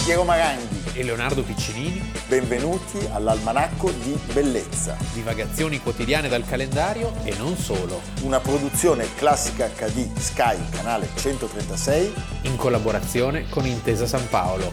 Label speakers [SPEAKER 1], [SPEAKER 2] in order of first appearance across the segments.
[SPEAKER 1] Piero Maranghi
[SPEAKER 2] e Leonardo Piccinini.
[SPEAKER 1] Benvenuti all'Almanacco di Bellezza.
[SPEAKER 2] Divagazioni quotidiane dal calendario e non solo.
[SPEAKER 1] Una produzione Classica HD Sky, canale 136.
[SPEAKER 2] In collaborazione con Intesa San Paolo.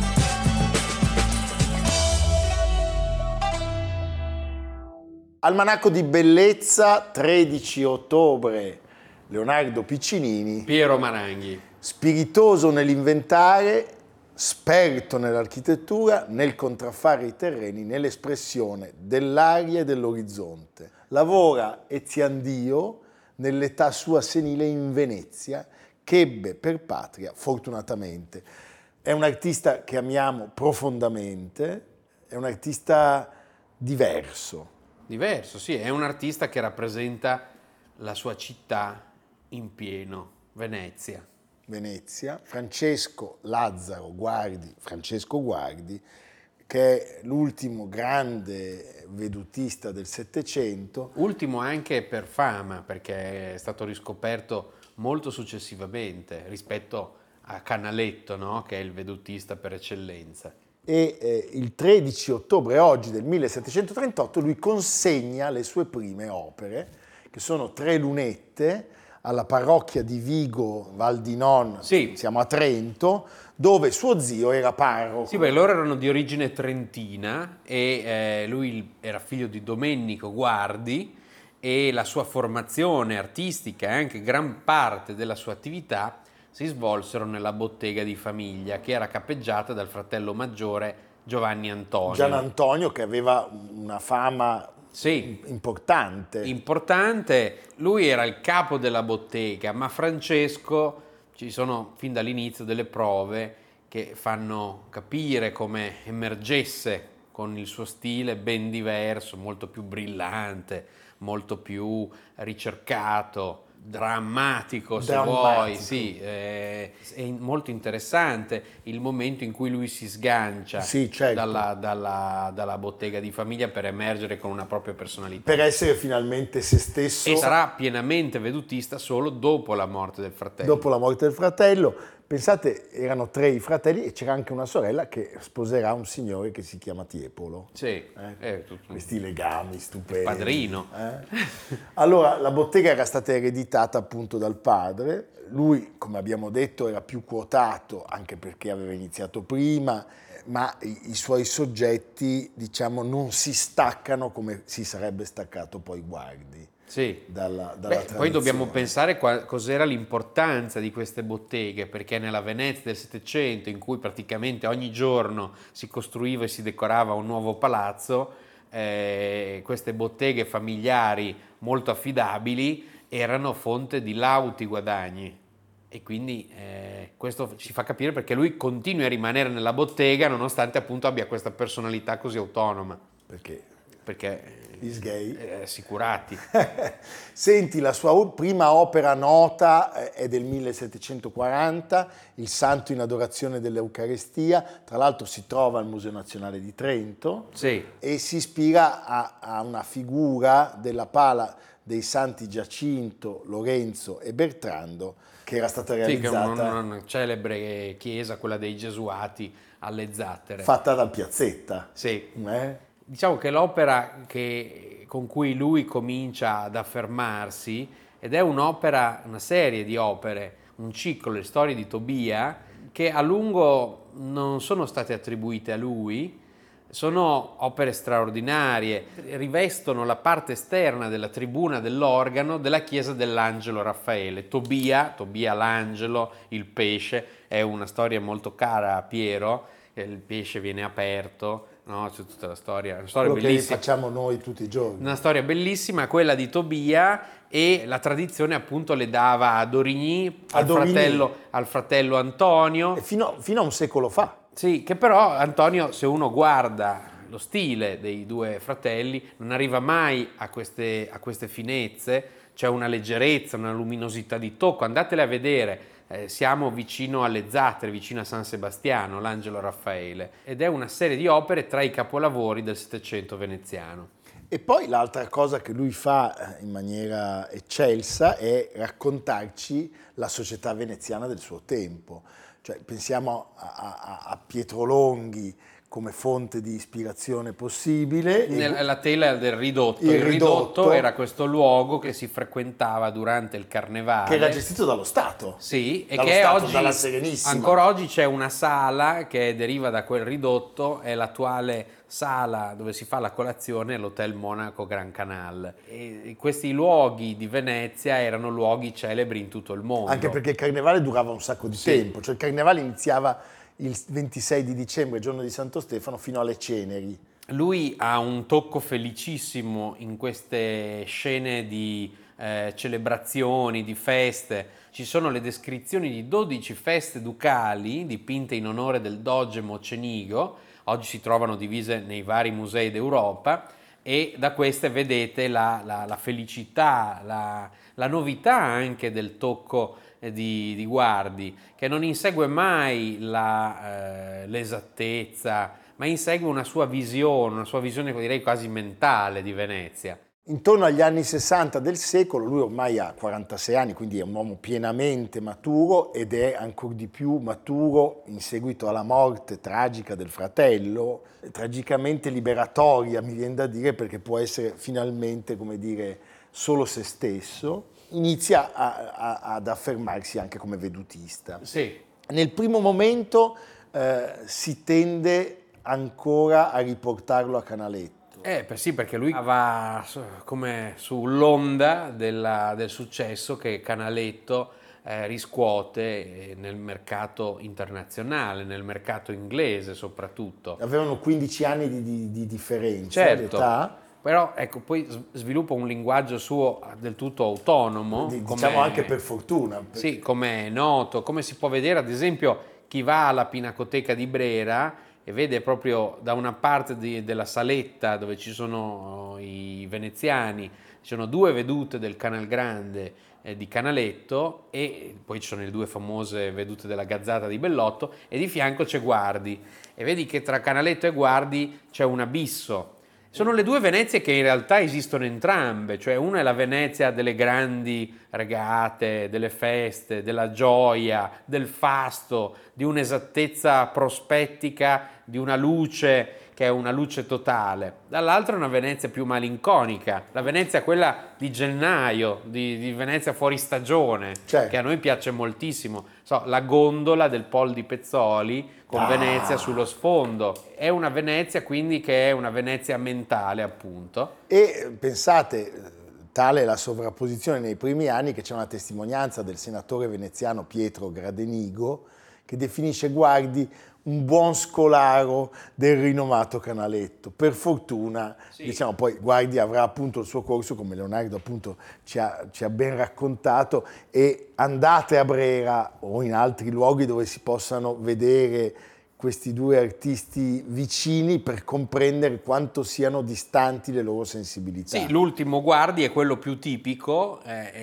[SPEAKER 1] Almanacco di Bellezza, 13 ottobre. Leonardo Piccinini.
[SPEAKER 2] Piero Maranghi.
[SPEAKER 1] Spiritoso nell'inventare, esperto nell'architettura, nel contraffare i terreni, nell'espressione dell'aria e dell'orizzonte. Lavora eziandio nell'età sua senile in Venezia, che ebbe per patria, fortunatamente. È un artista che amiamo profondamente, è un artista diverso.
[SPEAKER 2] Diverso, sì, è un artista che rappresenta la sua città in pieno, Venezia.
[SPEAKER 1] Francesco Guardi, che è l'ultimo grande vedutista del Settecento.
[SPEAKER 2] Ultimo anche per fama, perché è stato riscoperto molto successivamente rispetto a Canaletto, no? Che è il vedutista per eccellenza.
[SPEAKER 1] E il 13 ottobre oggi del 1738 lui consegna le sue prime opere, che sono 3 lunette, alla parrocchia di Vigo Val di Non,
[SPEAKER 2] sì.
[SPEAKER 1] Siamo a Trento, dove suo zio era parroco.
[SPEAKER 2] Sì, beh, loro erano di origine trentina e lui era figlio di Domenico Guardi e la sua formazione artistica e anche gran parte della sua attività si svolsero nella bottega di famiglia che era capeggiata dal fratello maggiore Giovanni Antonio.
[SPEAKER 1] Gian Antonio, che aveva una fama importante.
[SPEAKER 2] Lui era il capo della bottega, ma Francesco, ci sono fin dall'inizio delle prove che fanno capire come emergesse con il suo stile ben diverso, molto più brillante, molto più ricercato, drammatico se vuoi, sì, è molto interessante il momento in cui lui si sgancia dalla bottega di famiglia per emergere con una propria personalità.
[SPEAKER 1] Per essere finalmente se stesso.
[SPEAKER 2] E sarà pienamente vedutista solo dopo la morte del fratello.
[SPEAKER 1] Dopo la morte del fratello. Pensate, erano 3 i fratelli e c'era anche una sorella che sposerà un signore che si chiama Tiepolo.
[SPEAKER 2] Sì.
[SPEAKER 1] Questi legami stupendi.
[SPEAKER 2] Il padrino.
[SPEAKER 1] Allora, la bottega era stata ereditata appunto dal padre. Lui, come abbiamo detto, era più quotato, anche perché aveva iniziato prima, ma i suoi soggetti, diciamo, non si staccano come si sarebbe staccato poi Guardi.
[SPEAKER 2] Sì,
[SPEAKER 1] dalla
[SPEAKER 2] poi dobbiamo pensare cos'era l'importanza di queste botteghe, perché nella Venezia del Settecento, in cui praticamente ogni giorno si costruiva e si decorava un nuovo palazzo, queste botteghe familiari molto affidabili erano fonte di lauti guadagni. E quindi questo ci fa capire perché lui continui a rimanere nella bottega nonostante appunto abbia questa personalità così autonoma. Perché
[SPEAKER 1] Is gay.
[SPEAKER 2] Assicurati.
[SPEAKER 1] Senti, la sua prima opera nota è del 1740, Il Santo in adorazione dell'Eucarestia, tra l'altro si trova al Museo Nazionale di Trento,
[SPEAKER 2] sì.
[SPEAKER 1] E si ispira a una figura della pala dei santi Giacinto, Lorenzo e Bertrando, che era stata realizzata.
[SPEAKER 2] Sì, che è una celebre chiesa, quella dei Gesuati, alle Zattere.
[SPEAKER 1] Fatta dal Piazzetta.
[SPEAKER 2] Sì. Diciamo che l'opera con cui lui comincia ad affermarsi, ed è un'opera, una serie di opere, un ciclo, le storie di Tobia, che a lungo non sono state attribuite a lui, sono opere straordinarie, rivestono la parte esterna della tribuna dell'organo della chiesa dell'Angelo Raffaele. Tobia l'angelo, il pesce, è una storia molto cara a Piero, il pesce viene aperto, no? C'è tutta la storia, una storia
[SPEAKER 1] quello
[SPEAKER 2] bellissima.
[SPEAKER 1] Che facciamo noi tutti i giorni.
[SPEAKER 2] Una storia bellissima, quella di Tobia, e la tradizione appunto le dava ad Origny, al fratello Antonio.
[SPEAKER 1] E fino a un secolo fa.
[SPEAKER 2] Sì, che però Antonio, se uno guarda lo stile dei 2 fratelli, non arriva mai a queste finezze, c'è una leggerezza, una luminosità di tocco, andatele a vedere. Siamo vicino alle Zattere, vicino a San Sebastiano, l'Angelo Raffaele, ed è una serie di opere tra i capolavori del Settecento veneziano.
[SPEAKER 1] E poi l'altra cosa che lui fa in maniera eccelsa è raccontarci la società veneziana del suo tempo. Cioè, pensiamo a Pietro Longhi come fonte di ispirazione possibile.
[SPEAKER 2] La tela del ridotto.
[SPEAKER 1] Il
[SPEAKER 2] Il ridotto
[SPEAKER 1] ridotto
[SPEAKER 2] era questo luogo che si frequentava durante il carnevale.
[SPEAKER 1] che era gestito dallo Stato.
[SPEAKER 2] Sì, e
[SPEAKER 1] dallo
[SPEAKER 2] che
[SPEAKER 1] Stato,
[SPEAKER 2] oggi,
[SPEAKER 1] dalla Serenissima.
[SPEAKER 2] ancora oggi c'è una sala che deriva da quel ridotto, è l'attuale sala dove si fa la colazione all'Hotel Monaco Gran Canal. E questi luoghi di Venezia erano luoghi celebri in tutto il mondo.
[SPEAKER 1] Anche perché il carnevale durava un sacco di tempo, cioè il carnevale iniziava il 26 di dicembre, giorno di Santo Stefano, fino alle ceneri.
[SPEAKER 2] Lui ha un tocco felicissimo in queste scene di celebrazioni, di feste. Ci sono le descrizioni di 12 feste ducali dipinte in onore del doge Mocenigo, oggi si trovano divise nei vari musei d'Europa, e da queste vedete la felicità, la novità anche del tocco di Guardi, che non insegue mai l'esattezza, ma insegue una sua visione direi quasi mentale di Venezia.
[SPEAKER 1] Intorno agli anni 60 del secolo, lui ormai ha 46 anni, quindi è un uomo pienamente maturo ed è ancora di più maturo in seguito alla morte tragica del fratello, tragicamente liberatoria, mi viene da dire, perché può essere finalmente, come dire, solo se stesso. Inizia ad affermarsi anche come vedutista.
[SPEAKER 2] Sì.
[SPEAKER 1] Nel primo momento si tende ancora a riportarlo a Canaletto.
[SPEAKER 2] Sì, perché lui va come sull'onda del successo che Canaletto riscuote nel mercato internazionale, nel mercato inglese soprattutto.
[SPEAKER 1] Avevano 15 anni di differenza
[SPEAKER 2] d'età. Però ecco, poi sviluppa un linguaggio suo del tutto autonomo.
[SPEAKER 1] Diciamo anche per fortuna.
[SPEAKER 2] Sì, come è noto, come si può vedere ad esempio chi va alla Pinacoteca di Brera e vede proprio da una parte della saletta dove ci sono i veneziani, ci sono 2 vedute del Canal Grande di Canaletto e poi ci sono le 2 famose vedute della Gazzata di Bellotto e di fianco c'è Guardi e vedi che tra Canaletto e Guardi c'è un abisso. Sono le 2 Venezie che in realtà esistono entrambe, cioè una è la Venezia delle grandi regate, delle feste, della gioia, del fasto, di un'esattezza prospettica, di una luce che è una luce totale. Dall'altra è una Venezia più malinconica, la Venezia quella di gennaio, di Venezia fuori stagione, che a noi piace moltissimo. La gondola del Pol di Pezzoli con Venezia sullo sfondo. È una Venezia quindi che è una Venezia mentale, appunto.
[SPEAKER 1] E pensate, tale è la sovrapposizione nei primi anni che c'è una testimonianza del senatore veneziano Pietro Gradenigo che definisce Guardi un buon scolaro del rinomato Canaletto. Per fortuna, diciamo, poi Guardi avrà appunto il suo corso, come Leonardo appunto ci ha ben raccontato, e andate a Brera o in altri luoghi dove si possano vedere questi 2 artisti vicini per comprendere quanto siano distanti le loro sensibilità.
[SPEAKER 2] Sì, l'ultimo Guardi è quello più tipico,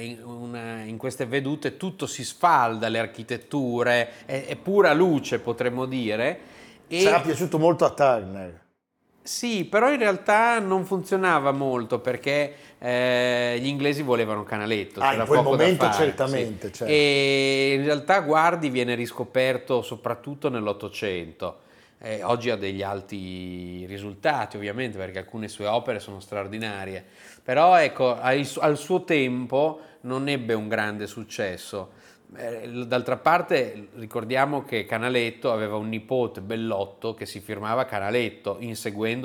[SPEAKER 2] in queste vedute tutto si sfalda, le architetture, è pura luce potremmo dire.
[SPEAKER 1] Sarà piaciuto molto a Turner.
[SPEAKER 2] Sì, però in realtà non funzionava molto perché gli inglesi volevano Canaletto.
[SPEAKER 1] In quel momento certamente.
[SPEAKER 2] Sì.
[SPEAKER 1] Certo.
[SPEAKER 2] E in realtà Guardi viene riscoperto soprattutto nell'Ottocento. Oggi ha degli alti risultati ovviamente perché alcune sue opere sono straordinarie, però ecco, al suo tempo non ebbe un grande successo. D'altra parte ricordiamo che Canaletto aveva un nipote Bellotto che si firmava Canaletto inseguendo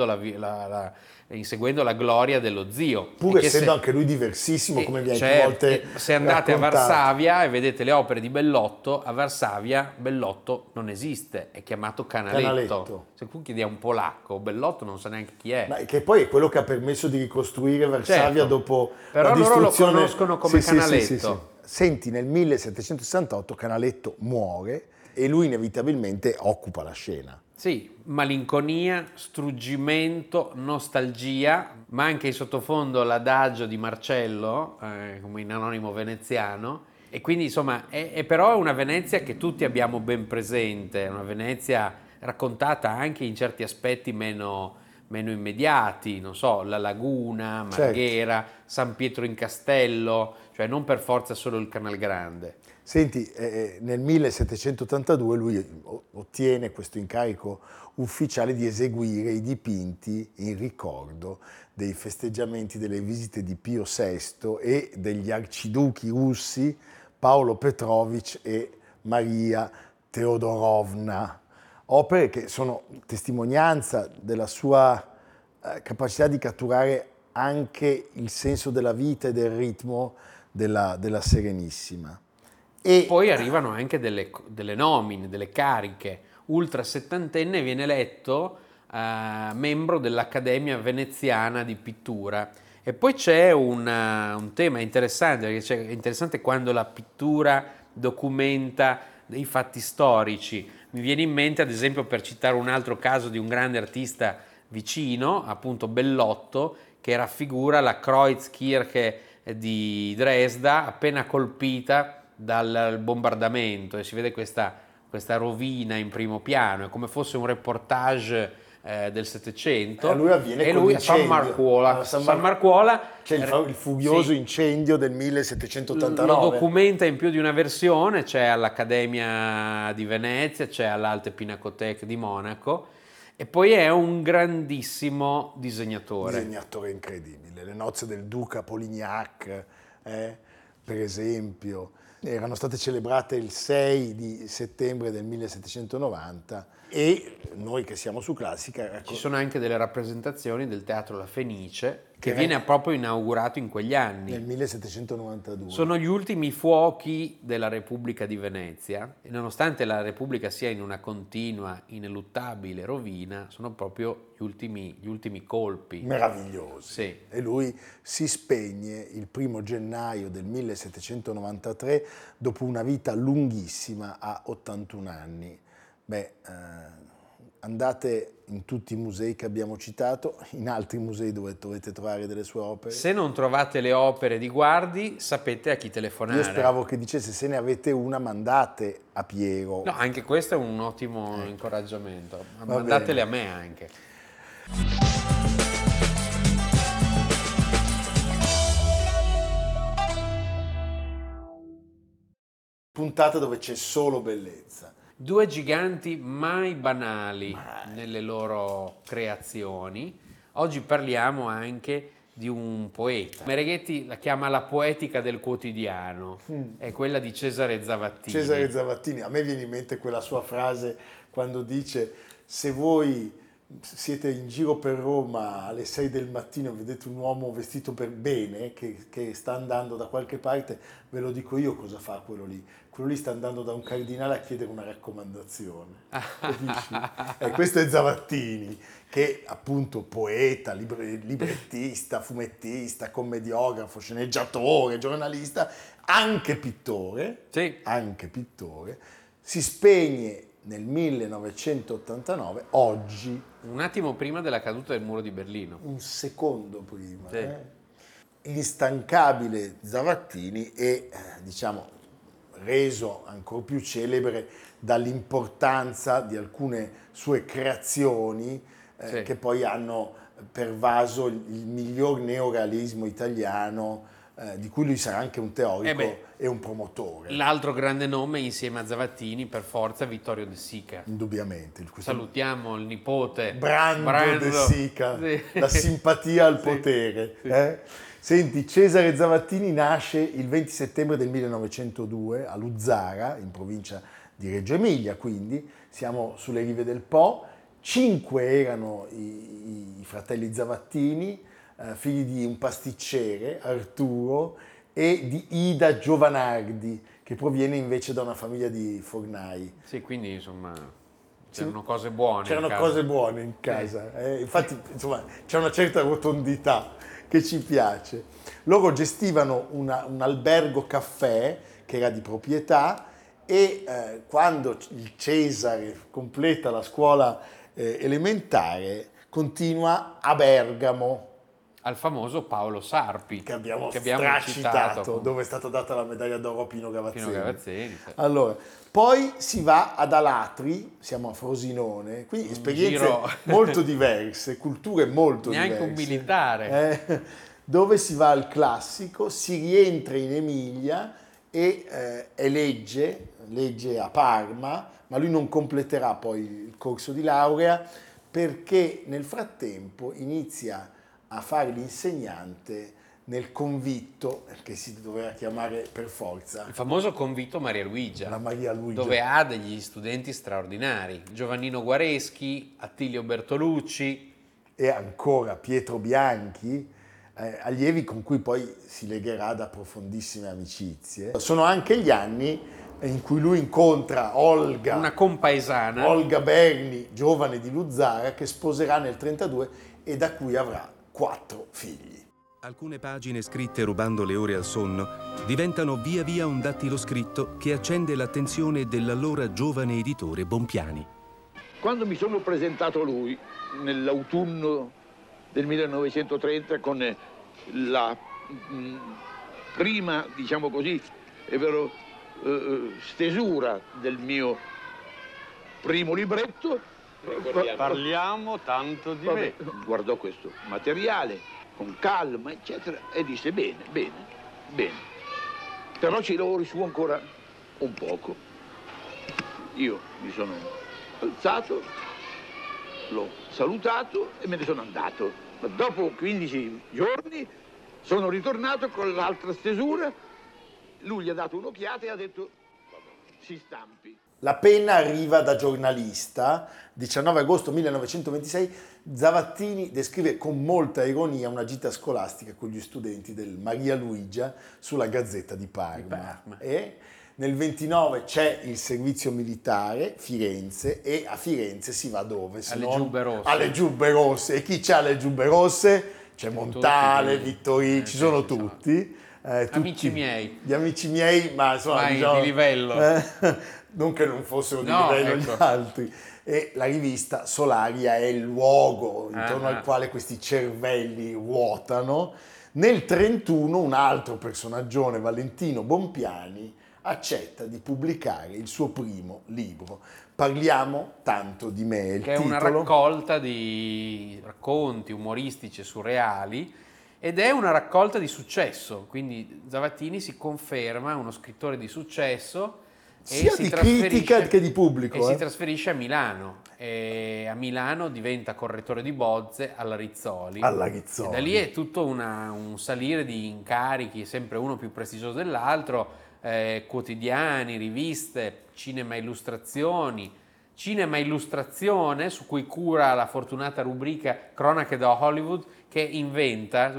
[SPEAKER 2] la gloria dello zio.
[SPEAKER 1] Pur essendo anche lui diversissimo, come vi hai volte
[SPEAKER 2] se andate
[SPEAKER 1] raccontato.
[SPEAKER 2] a Varsavia e vedete le opere di Bellotto, a Varsavia Bellotto non esiste, è chiamato Canaletto. Se tu chiedi a un polacco, Bellotto non sa neanche chi è.
[SPEAKER 1] Ma che poi è quello che ha permesso di ricostruire Varsavia dopo
[SPEAKER 2] però
[SPEAKER 1] la distruzione.
[SPEAKER 2] Loro lo conoscono come Canaletto.
[SPEAKER 1] Sì. Senti, nel 1768 Canaletto muore e lui inevitabilmente occupa la scena.
[SPEAKER 2] Sì, malinconia, struggimento, nostalgia, ma anche in sottofondo l'adagio di Marcello, come in Anonimo Veneziano, e quindi insomma è però una Venezia che tutti abbiamo ben presente, è una Venezia raccontata anche in certi aspetti meno immediati, non so, la laguna, Marghera, San Pietro in Castello, cioè non per forza solo il Canal Grande.
[SPEAKER 1] Senti, nel 1782 lui ottiene questo incarico ufficiale di eseguire i dipinti in ricordo dei festeggiamenti delle visite di Pio VI e degli arciduchi russi Paolo Petrovich e Maria Teodorovna. Opere che sono testimonianza della sua capacità di catturare anche il senso della vita e del ritmo della Serenissima.
[SPEAKER 2] E poi arrivano anche delle nomine, delle cariche. Ultra settantenne viene eletto membro dell'Accademia Veneziana di Pittura. E poi c'è un tema interessante, perché è interessante quando la pittura documenta dei fatti storici. Mi viene in mente, ad esempio, per citare un altro caso di un grande artista vicino, appunto Bellotto, che raffigura la Kreuzkirche di Dresda appena colpita dal bombardamento, e si vede questa rovina in primo piano, è come fosse un reportage del Settecento.
[SPEAKER 1] Lui avviene
[SPEAKER 2] e lui a San Marcuola.
[SPEAKER 1] San
[SPEAKER 2] Marcuola
[SPEAKER 1] c'è il furioso incendio del 1789.
[SPEAKER 2] Lo documenta in più di una versione, c'è all'Accademia di Venezia, c'è all'Alte Pinacothèque di Monaco, e poi è un grandissimo disegnatore.
[SPEAKER 1] Disegnatore incredibile. Le nozze del duca Polignac, per esempio, erano state celebrate il 6 di settembre del 1790 e noi che siamo su Classica...
[SPEAKER 2] Ci sono anche delle rappresentazioni del Teatro La Fenice che viene proprio inaugurato in quegli anni.
[SPEAKER 1] Nel 1792.
[SPEAKER 2] Sono gli ultimi fuochi della Repubblica di Venezia e nonostante la Repubblica sia in una continua, ineluttabile rovina, sono proprio gli ultimi colpi.
[SPEAKER 1] Meravigliosi.
[SPEAKER 2] Sì.
[SPEAKER 1] E lui si spegne il 1° gennaio del 1793 dopo una vita lunghissima a 81 anni. Andate in tutti i musei che abbiamo citato, in altri musei dove dovete trovare delle sue opere.
[SPEAKER 2] Se non trovate le opere di Guardi, sapete a chi telefonare.
[SPEAKER 1] Io speravo che dicesse: se ne avete una, mandate a Piero.
[SPEAKER 2] No, anche questo è un ottimo incoraggiamento. Mandatele a me anche.
[SPEAKER 1] Puntata dove c'è solo bellezza.
[SPEAKER 2] Due giganti mai banali nelle loro creazioni. Oggi parliamo anche di un poeta. Mereghetti la chiama la poetica del quotidiano, è quella di Cesare Zavattini.
[SPEAKER 1] Cesare Zavattini, a me viene in mente quella sua frase quando dice: se voi siete in giro per Roma alle 6 del mattino e vedete un uomo vestito per bene che sta andando da qualche parte, ve lo dico io cosa fa quello lì. Quello lì sta andando da un cardinale a chiedere una raccomandazione. Capisci? E questo è Zavattini, che appunto poeta, librettista, fumettista, commediografo, sceneggiatore, giornalista, anche pittore, si spegne nel 1989, oggi.
[SPEAKER 2] Un attimo prima della caduta del muro di Berlino.
[SPEAKER 1] Un secondo prima.
[SPEAKER 2] Sì.
[SPEAKER 1] L'instancabile Zavattini è, diciamo, reso ancora più celebre dall'importanza di alcune sue creazioni che poi hanno pervaso il miglior neorealismo italiano, di cui lui sarà anche un teorico e un promotore.
[SPEAKER 2] L'altro grande nome insieme a Zavattini, per forza, Vittorio De Sica.
[SPEAKER 1] Indubbiamente.
[SPEAKER 2] Salutiamo il nipote
[SPEAKER 1] Brando De Sica, la simpatia al potere. Sì. Senti, Cesare Zavattini nasce il 20 settembre del 1902 a Luzzara, in provincia di Reggio Emilia, quindi siamo sulle rive del Po. 5 erano i fratelli Zavattini, figli di un pasticcere, Arturo, e di Ida Giovanardi, che proviene invece da una famiglia di fornai.
[SPEAKER 2] Sì, quindi insomma c'erano cose buone.
[SPEAKER 1] C'erano cose buone in casa. Infatti, insomma, c'è una certa rotondità che ci piace. Loro gestivano un albergo caffè che era di proprietà e quando il Cesare completa la scuola elementare continua a Bergamo.
[SPEAKER 2] Al famoso Paolo Sarpi,
[SPEAKER 1] che abbiamo citato, dove è stata data la medaglia d'oro a Pino Gavazzini.
[SPEAKER 2] Sì.
[SPEAKER 1] Allora, poi si va ad Alatri, siamo a Frosinone, quindi esperienze molto diverse, culture molto diverse.
[SPEAKER 2] Neanche un militare.
[SPEAKER 1] dove si va al classico, si rientra in Emilia e è legge a Parma, ma lui non completerà poi il corso di laurea perché nel frattempo inizia a fare l'insegnante nel convitto, che si doveva chiamare per forza
[SPEAKER 2] Il famoso convitto Maria Luigia,
[SPEAKER 1] la Maria Luigia,
[SPEAKER 2] dove ha degli studenti straordinari, Giovannino Guareschi, Attilio Bertolucci,
[SPEAKER 1] e ancora Pietro Bianchi, allievi con cui poi si legherà da profondissime amicizie. Sono anche gli anni in cui lui incontra
[SPEAKER 2] una compaesana.
[SPEAKER 1] Olga Berni, giovane di Luzzara, che sposerà nel 1932 e da cui avrà 4 figli.
[SPEAKER 3] Alcune pagine scritte rubando le ore al sonno diventano via via un dattiloscritto che accende l'attenzione dell'allora giovane editore Bompiani.
[SPEAKER 4] Quando mi sono presentato a lui, nell'autunno del 1930, con la prima, diciamo così, è vero, stesura del mio primo libretto,
[SPEAKER 5] Parliamo tanto di me.
[SPEAKER 4] guardò questo materiale con calma, eccetera, e disse bene, però ci lavori su ancora un poco. Io mi sono alzato, l'ho salutato e me ne sono andato. Ma dopo 15 giorni sono ritornato con l'altra stesura, lui gli ha dato un'occhiata e ha detto si stampi.
[SPEAKER 1] La penna arriva da giornalista, 19 agosto 1926, Zavattini descrive con molta ironia una gita scolastica con gli studenti del Maria Luigia sulla Gazzetta di Parma. E nel 29 c'è il servizio militare, Firenze, e a Firenze si va dove?
[SPEAKER 2] Alle Giubbe Rosse.
[SPEAKER 1] Alle Giubbe Rosse. E chi c'ha le Giubbe Rosse? C'è Montale, Vittorini, ci sono tutti.
[SPEAKER 2] Amici miei.
[SPEAKER 1] Gli amici miei, ma insomma,
[SPEAKER 2] Di livello.
[SPEAKER 1] non che non fossero di
[SPEAKER 2] No,
[SPEAKER 1] livello
[SPEAKER 2] ecco.
[SPEAKER 1] gli altri. E la rivista Solaria è il luogo intorno al quale questi cervelli ruotano. Nel 1931 un altro personaggione, Valentino Bompiani, accetta di pubblicare il suo primo libro. Parliamo tanto di me, il
[SPEAKER 2] Che è una raccolta di racconti umoristici e surreali ed è una raccolta di successo, quindi Zavattini si conferma uno scrittore di successo
[SPEAKER 1] sia di critica che di pubblico.
[SPEAKER 2] E si trasferisce a Milano e a Milano diventa correttore di bozze alla Rizzoli. E da lì è tutto un salire di incarichi, sempre uno più prestigioso dell'altro, quotidiani, riviste, cinema illustrazione, su cui cura la fortunata rubrica Cronache da Hollywood, che inventa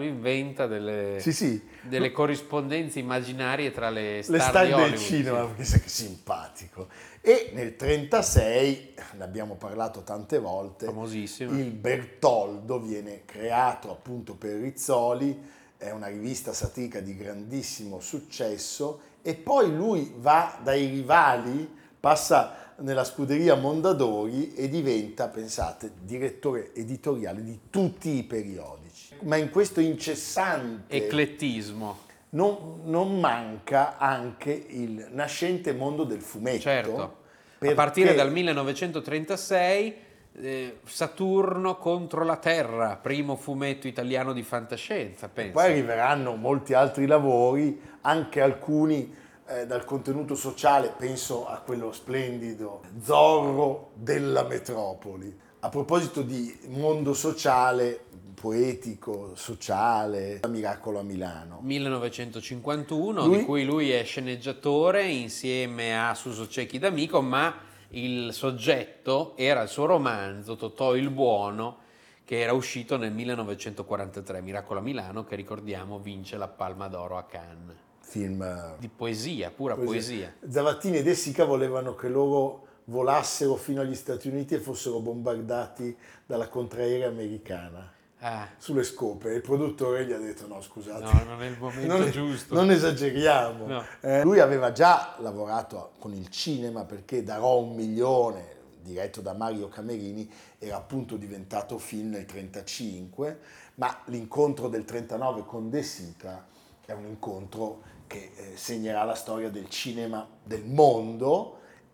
[SPEAKER 2] delle corrispondenze immaginarie tra le star di Hollywood.
[SPEAKER 1] Del cinema, sì. Che simpatico. E nel 1936, ne abbiamo parlato tante volte,
[SPEAKER 2] famosissimo,
[SPEAKER 1] il Bertoldo viene creato appunto per Rizzoli, è una rivista satirica di grandissimo successo e poi lui va dai rivali, passa nella scuderia Mondadori e diventa, pensate, direttore editoriale di tutti i periodici. Ma in questo incessante
[SPEAKER 2] eclettismo
[SPEAKER 1] non manca anche il nascente mondo del fumetto.
[SPEAKER 2] Certo, a partire dal 1936 Saturno contro la Terra, primo fumetto italiano di fantascienza, penso.
[SPEAKER 1] Poi arriveranno molti altri lavori, anche alcuni dal contenuto sociale, penso a quello splendido Zorro della Metropoli. A proposito di mondo sociale, poetico, sociale, Miracolo a Milano.
[SPEAKER 2] 1951, di cui lui è sceneggiatore insieme a Suso Cecchi D'Amico, ma il soggetto era il suo romanzo Totò il Buono, che era uscito nel 1943, Miracolo a Milano, che ricordiamo vince la Palma d'Oro a Cannes.
[SPEAKER 1] Film
[SPEAKER 2] di poesia, pura poesia.
[SPEAKER 1] Zavattini e De Sica volevano che loro volassero fino agli Stati Uniti e fossero bombardati dalla contraerea americana sulle scope. Il produttore gli ha detto no, scusate,
[SPEAKER 2] no, non è il momento giusto,
[SPEAKER 1] non esageriamo.
[SPEAKER 2] No.
[SPEAKER 1] Lui aveva già lavorato con il cinema, perché Darò un milione, diretto da Mario Camerini, era appunto diventato film nel 1935, ma l'incontro del 1939 con De Sica è un incontro che segnerà la storia del cinema del mondo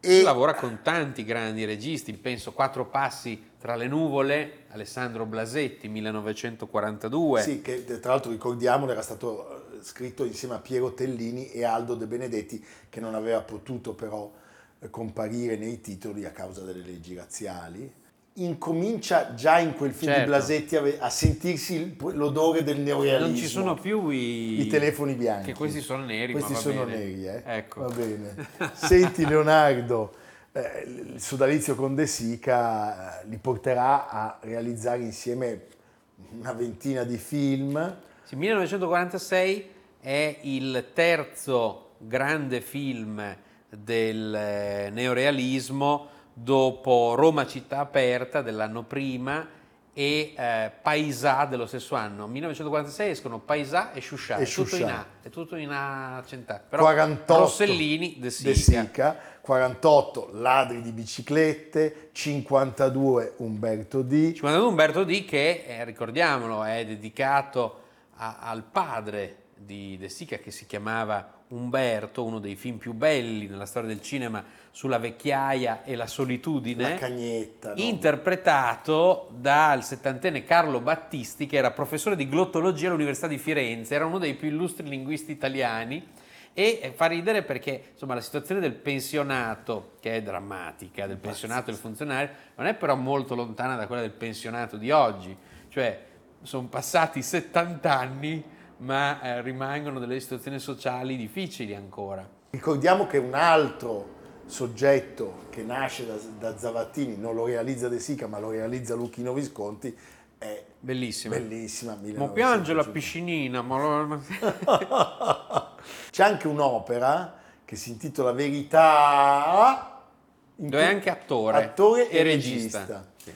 [SPEAKER 1] E
[SPEAKER 2] lavora con tanti grandi registi, penso Quattro passi tra le nuvole, Alessandro Blasetti, 1942.
[SPEAKER 1] sì, che tra l'altro ricordiamolo era stato scritto insieme a Piero Tellini e Aldo De Benedetti, che non aveva potuto però comparire nei titoli a causa delle leggi razziali. Incomincia già in quel film
[SPEAKER 2] Certo.
[SPEAKER 1] di Blasetti a sentirsi l'odore del neorealismo.
[SPEAKER 2] Non ci sono più
[SPEAKER 1] i telefoni bianchi.
[SPEAKER 2] Che questi sono neri,
[SPEAKER 1] Questi
[SPEAKER 2] ma va
[SPEAKER 1] sono
[SPEAKER 2] bene.
[SPEAKER 1] neri,
[SPEAKER 2] Ecco.
[SPEAKER 1] Va bene. Senti Leonardo, il sodalizio con De Sica li porterà a realizzare insieme una ventina di film.
[SPEAKER 2] Sì, 1946 è il terzo grande film del neorealismo dopo Roma città aperta dell'anno prima e Paesà dello stesso anno. 1946 escono Paesà e Sciuscià, è tutto in A accentato. Però
[SPEAKER 1] 48
[SPEAKER 2] Rossellini, De
[SPEAKER 1] De Sica, 48 Ladri di biciclette, 52 Umberto D.
[SPEAKER 2] 52 Umberto D che, ricordiamolo, è dedicato al padre di De Sica che si chiamava Umberto, uno dei film più belli nella storia del cinema sulla vecchiaia e la solitudine,
[SPEAKER 1] La Cagnetta, no?
[SPEAKER 2] Interpretato dal settantenne Carlo Battisti, che era professore di glottologia all'Università di Firenze, era uno dei più illustri linguisti italiani. E fa ridere perché insomma la situazione del pensionato, che è drammatica, del pensionato e del funzionario, non è però molto lontana da quella del pensionato di oggi, cioè sono passati 70 anni ma rimangono delle situazioni sociali difficili ancora.
[SPEAKER 1] Ricordiamo che un altro soggetto che nasce da Zavattini, non lo realizza De Sica ma lo realizza Luchino Visconti, è
[SPEAKER 2] Bellissima.
[SPEAKER 1] bellissima.
[SPEAKER 2] Ma piange la piscinina,
[SPEAKER 1] C'è anche un'opera che si intitola Verità,
[SPEAKER 2] dove è anche attore
[SPEAKER 1] e regista.
[SPEAKER 2] Sì.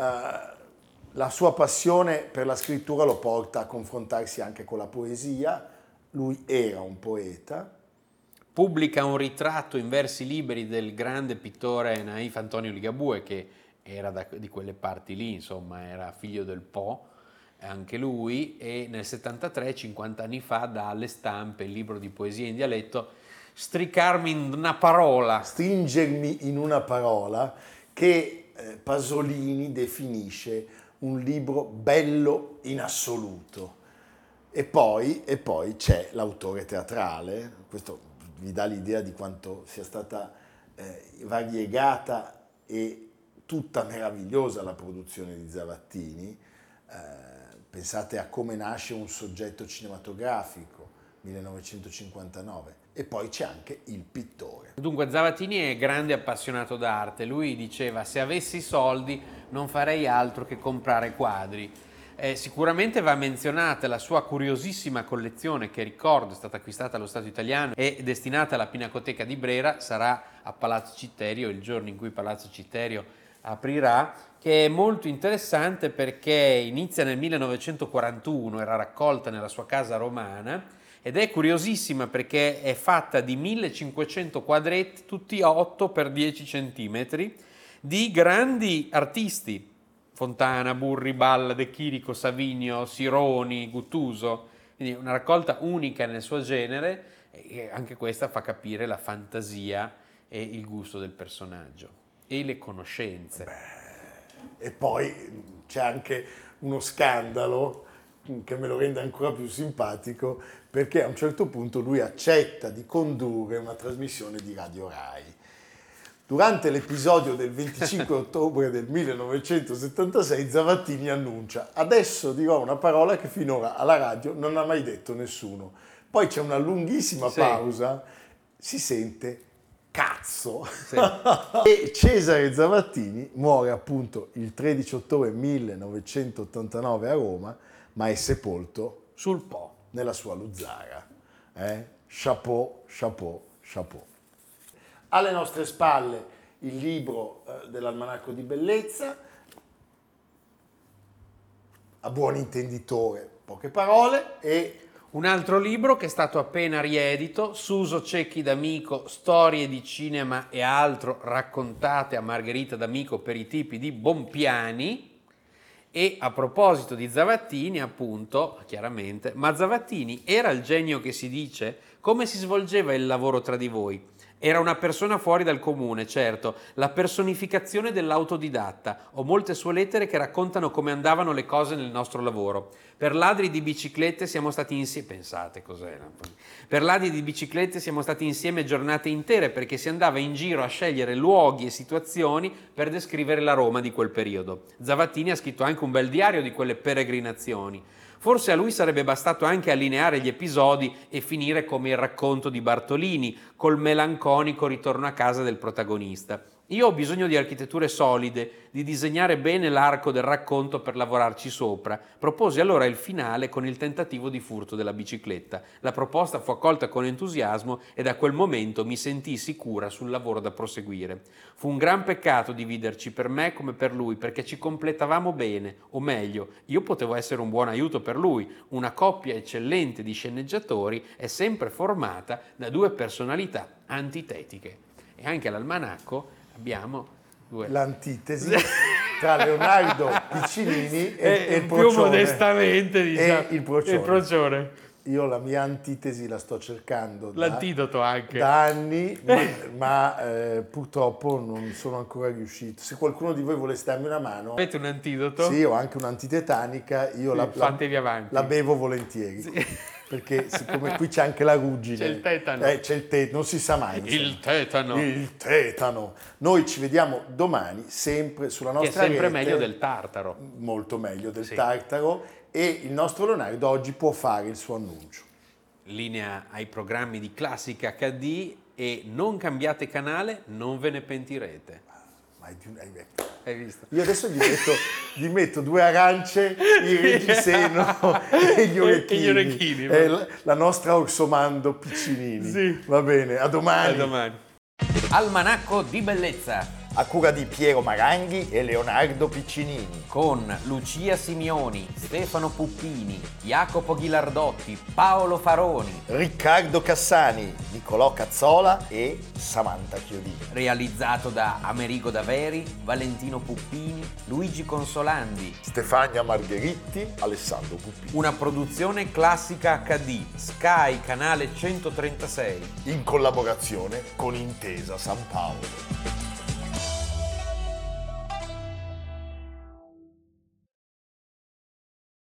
[SPEAKER 1] La sua passione per la scrittura lo porta a confrontarsi anche con la poesia. Lui era un poeta.
[SPEAKER 2] Pubblica un ritratto in versi liberi del grande pittore naif Antonio Ligabue, che era di quelle parti lì, insomma, era figlio del Po, anche lui, e nel 73, 50 anni fa, dà alle stampe il libro di poesia in dialetto Stricarmi in una parola.
[SPEAKER 1] Stringermi in una parola, che Pasolini definisce un libro bello in assoluto. E poi c'è l'autore teatrale, questo vi dà l'idea di quanto sia stata variegata e tutta meravigliosa la produzione di Zavattini. Pensate a come nasce un soggetto cinematografico, 1959. E poi c'è anche il pittore.
[SPEAKER 2] Dunque Zavattini è grande appassionato d'arte, lui diceva: se avessi soldi non farei altro che comprare quadri. Sicuramente va menzionata la sua curiosissima collezione, che ricordo è stata acquistata allo Stato italiano e destinata alla Pinacoteca di Brera, sarà a Palazzo Citterio il giorno in cui Palazzo Citterio aprirà, che è molto interessante perché inizia nel 1941, era raccolta nella sua casa romana, ed è curiosissima perché è fatta di 1500 quadretti, tutti 8 x 10 centimetri, di grandi artisti, Fontana, Burri, Balla, De Chirico, Savinio, Sironi, Guttuso, quindi una raccolta unica nel suo genere, e anche questa fa capire la fantasia e il gusto del personaggio e le conoscenze.
[SPEAKER 1] E poi c'è anche uno scandalo che me lo rende ancora più simpatico, perché a un certo punto lui accetta di condurre una trasmissione di Radio Rai. Durante l'episodio del 25 ottobre del 1976 Zavattini annuncia: adesso dirò una parola che finora alla radio non ha mai detto nessuno. Poi c'è una lunghissima pausa, si sente cazzo.
[SPEAKER 2] Sì.
[SPEAKER 1] E Cesare Zavattini muore appunto il 13 ottobre 1989 a Roma, ma è sepolto
[SPEAKER 2] Sul Po.
[SPEAKER 1] nella sua Luzzara. Chapeau, chapeau, chapeau. Alle nostre spalle il libro dell'Almanacco di Bellezza, a buon intenditore, poche parole, e
[SPEAKER 2] un altro libro che è stato appena riedito, Suso Cecchi D'Amico, storie di cinema e altro raccontate a Margherita D'Amico per i tipi di Bompiani. E a proposito di Zavattini, appunto, chiaramente, ma Zavattini era il genio che si dice? Come si svolgeva il lavoro tra di voi? Era una persona fuori dal comune, certo, la personificazione dell'autodidatta. Ho molte sue lettere che raccontano come andavano le cose nel nostro lavoro. Per ladri di biciclette siamo stati insieme, pensate cos'era. Per ladri di biciclette siamo stati insieme giornate intere perché si andava in giro a scegliere luoghi e situazioni per descrivere la Roma di quel periodo. Zavattini ha scritto anche un bel diario di quelle peregrinazioni. Forse a lui sarebbe bastato anche allineare gli episodi e finire come il racconto di Bartolini, col melanconico ritorno a casa del protagonista. Io ho bisogno di architetture solide, di disegnare bene l'arco del racconto per lavorarci sopra. Proposi allora il finale con il tentativo di furto della bicicletta. La proposta fu accolta con entusiasmo e da quel momento mi sentii sicura sul lavoro da proseguire. Fu un gran peccato dividerci per me come per lui, perché ci completavamo bene, o meglio, io potevo essere un buon aiuto per lui. Una coppia eccellente di sceneggiatori è sempre formata da due personalità antitetiche. E anche all'almanacco abbiamo
[SPEAKER 1] l'antitesi tra Leonardo Piccinini e il
[SPEAKER 2] più
[SPEAKER 1] procione.
[SPEAKER 2] Modestamente, diciamo,
[SPEAKER 1] E il procione.
[SPEAKER 2] Il procione.
[SPEAKER 1] Io la mia antitesi la sto cercando
[SPEAKER 2] L'antidoto anche.
[SPEAKER 1] da anni, ma purtroppo non sono ancora riuscito. Se qualcuno di voi volesse darmi una mano...
[SPEAKER 2] Avete un antidoto?
[SPEAKER 1] Sì, ho anche un'antitetanica, io
[SPEAKER 2] Sì, fatevi avanti.
[SPEAKER 1] la bevo volentieri.
[SPEAKER 2] Sì.
[SPEAKER 1] Perché siccome qui c'è anche la ruggine,
[SPEAKER 2] C'è il tetano.
[SPEAKER 1] C'è il tetano, non si sa mai.
[SPEAKER 2] Il tetano.
[SPEAKER 1] Il tetano. Noi ci vediamo domani sempre sulla nostra
[SPEAKER 2] Che è sempre
[SPEAKER 1] rete,
[SPEAKER 2] meglio del tartaro.
[SPEAKER 1] molto meglio del
[SPEAKER 2] Sì.
[SPEAKER 1] tartaro, e il nostro Leonardo oggi può fare il suo annuncio.
[SPEAKER 2] Linea ai programmi di Classica HD e non cambiate canale, non ve ne pentirete. Hai visto?
[SPEAKER 1] Io adesso gli metto 2 arance, il reggiseno e gli orecchini.
[SPEAKER 2] E gli orecchini,
[SPEAKER 1] È la nostra Orsomando Piccinini.
[SPEAKER 2] Sì.
[SPEAKER 1] Va bene, a domani.
[SPEAKER 2] A domani. Almanacco di bellezza
[SPEAKER 6] A cura di Piero Maranghi e Leonardo Piccinini.
[SPEAKER 2] con Lucia Simioni, Stefano Puppini, Jacopo Ghilardotti, Paolo Faroni.
[SPEAKER 6] Riccardo Cassani, Nicolò Cazzola e Samantha Chiodini.
[SPEAKER 2] Realizzato da Amerigo Daveri, Valentino Puppini, Luigi Consolandi.
[SPEAKER 1] Stefania Margheritti, Alessandro Puppini.
[SPEAKER 2] Una produzione Classica HD, Sky, canale 136.
[SPEAKER 1] In collaborazione con Intesa San Paolo.